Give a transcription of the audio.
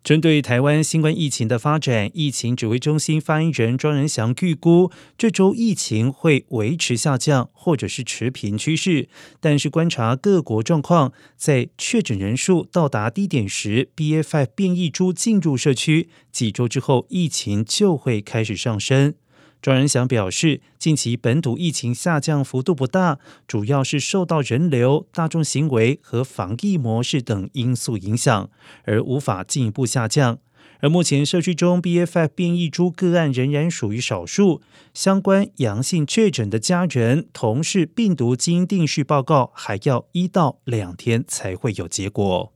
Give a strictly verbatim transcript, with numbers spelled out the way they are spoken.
针对台湾新冠疫情的发展，疫情指挥中心发言人庄人祥预估，这周疫情会维持下降或者是持平趋势，但是观察各国状况，在确诊人数到达低点时 B A 五 变异株进入社区，几周之后疫情就会开始上升。庄人祥表示，近期本土疫情下降幅度不大，主要是受到人流、大众行为和防疫模式等因素影响，而无法进一步下降。而目前社区中 B A 五 变异株个案仍然属于少数，相关阳性确诊的家人、同事病毒基因定序报告还要一到两天才会有结果。